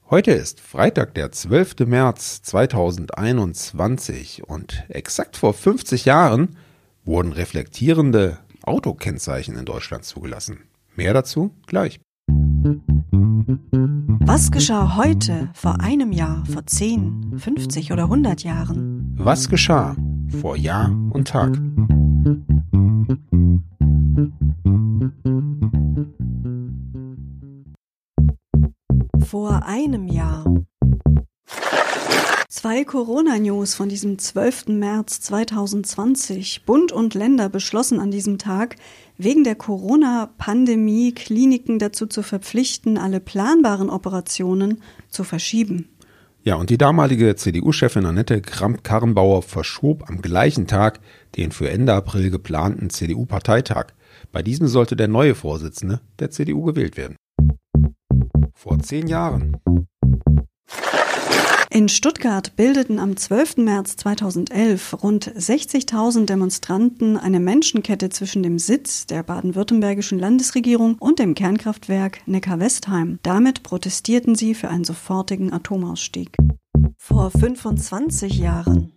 Heute ist Freitag, der 12. März 2021 und exakt vor 50 Jahren wurden reflektierende Autokennzeichen in Deutschland zugelassen. Mehr dazu gleich. Was geschah heute, vor einem Jahr, vor 10, 50 oder 100 Jahren? Was geschah vor Jahr und Tag? Vor einem Jahr. 2 Corona-News von diesem 12. März 2020. Bund und Länder beschlossen an diesem Tag, wegen der Corona-Pandemie Kliniken dazu zu verpflichten, alle planbaren Operationen zu verschieben. Ja, und die damalige CDU-Chefin Annette Kramp-Karrenbauer verschob am gleichen Tag den für Ende April geplanten CDU-Parteitag. Bei diesem sollte der neue Vorsitzende der CDU gewählt werden. Vor 10 Jahren. In Stuttgart bildeten am 12. März 2011 rund 60.000 Demonstranten eine Menschenkette zwischen dem Sitz der baden-württembergischen Landesregierung und dem Kernkraftwerk Neckar-Westheim. Damit protestierten sie für einen sofortigen Atomausstieg. Vor 25 Jahren.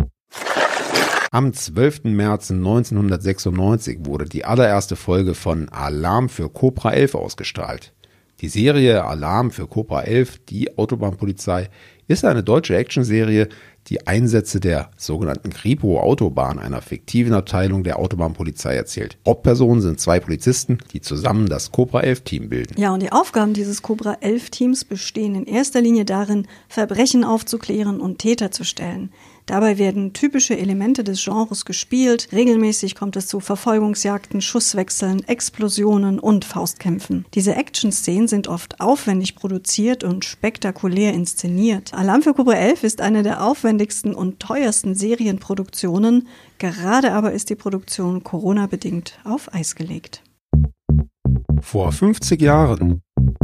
Am 12. März 1996 wurde die allererste Folge von Alarm für Cobra 11 ausgestrahlt. Die Serie Alarm für Cobra 11, die Autobahnpolizei, ist eine deutsche Actionserie, die Einsätze der sogenannten Kripo-Autobahn, einer fiktiven Abteilung der Autobahnpolizei, erzählt. Hauptpersonen sind 2 Polizisten, die zusammen das Cobra 11-Team bilden. Ja, und die Aufgaben dieses Cobra 11-Teams bestehen in erster Linie darin, Verbrechen aufzuklären und Täter zu stellen. Dabei werden typische Elemente des Genres gespielt. Regelmäßig kommt es zu Verfolgungsjagden, Schusswechseln, Explosionen und Faustkämpfen. Diese Action-Szenen sind oft aufwendig produziert und spektakulär inszeniert. Alarm für Cobra 11 ist eine der aufwendigsten und teuersten Serienproduktionen. Gerade aber ist die Produktion Corona-bedingt auf Eis gelegt. Vor 50 Jahren.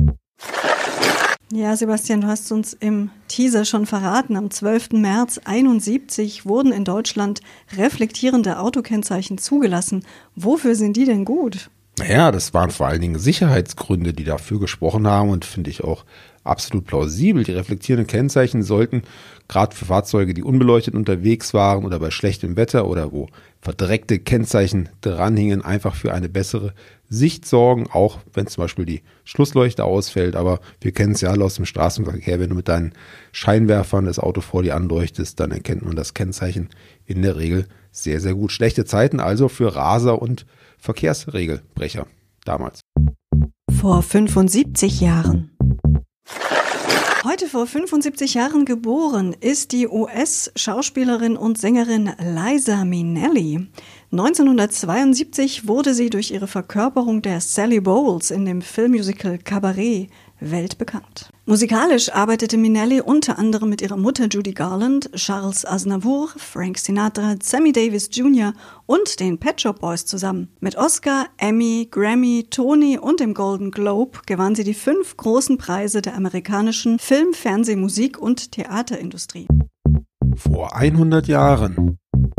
Ja, Sebastian, du hast uns im Teaser schon verraten. Am 12. März 1971 wurden in Deutschland reflektierende Autokennzeichen zugelassen. Wofür sind die denn gut? Naja, das waren vor allen Dingen Sicherheitsgründe, die dafür gesprochen haben und finde ich auch absolut plausibel. Die reflektierenden Kennzeichen sollten gerade für Fahrzeuge, die unbeleuchtet unterwegs waren oder bei schlechtem Wetter oder wo verdreckte Kennzeichen dranhingen, einfach für eine bessere Sicht sorgen, auch wenn zum Beispiel die Schlussleuchte ausfällt. Aber wir kennen es ja alle aus dem Straßenverkehr, wenn du mit deinen Scheinwerfern das Auto vor dir anleuchtest, dann erkennt man das Kennzeichen in der Regel sehr, sehr gut. Schlechte Zeiten also für Raser und Verkehrsregelbrecher damals. Vor 75 Jahren. Heute vor 75 Jahren geboren ist die US-Schauspielerin und Sängerin Liza Minnelli. 1972 wurde sie durch ihre Verkörperung der Sally Bowles in dem Filmmusical Cabaret weltbekannt. Musikalisch arbeitete Minnelli unter anderem mit ihrer Mutter Judy Garland, Charles Aznavour, Frank Sinatra, Sammy Davis Jr. und den Pet Shop Boys zusammen. Mit Oscar, Emmy, Grammy, Tony und dem Golden Globe gewann sie die 5 großen Preise der amerikanischen Film-, Fernseh-, Musik- und Theaterindustrie. Vor 100 Jahren.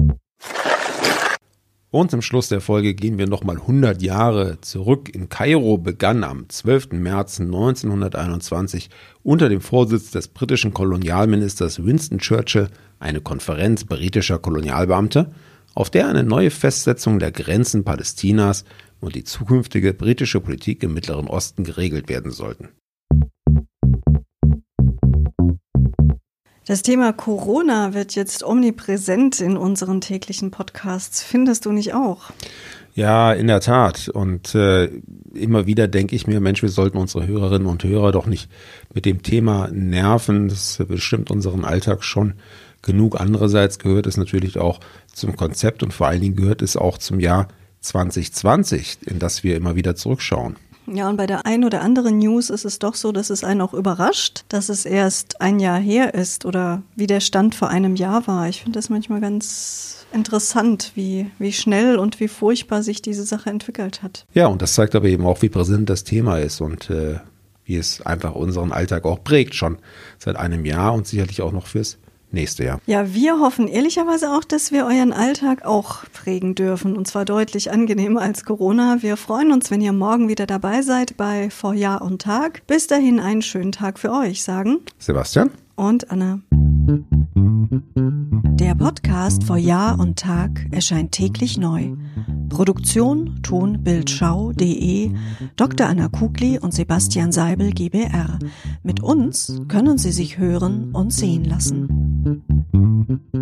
Und zum Schluss der Folge gehen wir nochmal 100 Jahre zurück. In Kairo begann am 12. März 1921 unter dem Vorsitz des britischen Kolonialministers Winston Churchill eine Konferenz britischer Kolonialbeamte, auf der eine neue Festsetzung der Grenzen Palästinas und die zukünftige britische Politik im Mittleren Osten geregelt werden sollten. Das Thema Corona wird jetzt omnipräsent in unseren täglichen Podcasts. Findest du nicht auch? Ja, in der Tat. Und immer wieder denke ich mir, Mensch, wir sollten unsere Hörerinnen und Hörer doch nicht mit dem Thema nerven. Das bestimmt unseren Alltag schon genug. Andererseits gehört es natürlich auch zum Konzept und vor allen Dingen gehört es auch zum Jahr 2020, in das wir immer wieder zurückschauen. Ja, und bei der einen oder anderen News ist es doch so, dass es einen auch überrascht, dass es erst ein Jahr her ist oder wie der Stand vor einem Jahr war. Ich finde das manchmal ganz interessant, wie schnell und wie furchtbar sich diese Sache entwickelt hat. Ja, und das zeigt aber eben auch, wie präsent das Thema ist und wie es einfach unseren Alltag auch prägt, schon seit einem Jahr und sicherlich auch noch fürs nächste Jahr. Ja, wir hoffen ehrlicherweise auch, dass wir euren Alltag auch prägen dürfen und zwar deutlich angenehmer als Corona. Wir freuen uns, wenn ihr morgen wieder dabei seid bei Vor Jahr und Tag. Bis dahin einen schönen Tag für euch, sagen Sebastian und Anna. Der Podcast Vor Jahr und Tag erscheint täglich neu. Produktion tonbildschau.de, Dr. Anna Kugli und Sebastian Seibel GbR. Mit uns können Sie sich hören und sehen lassen.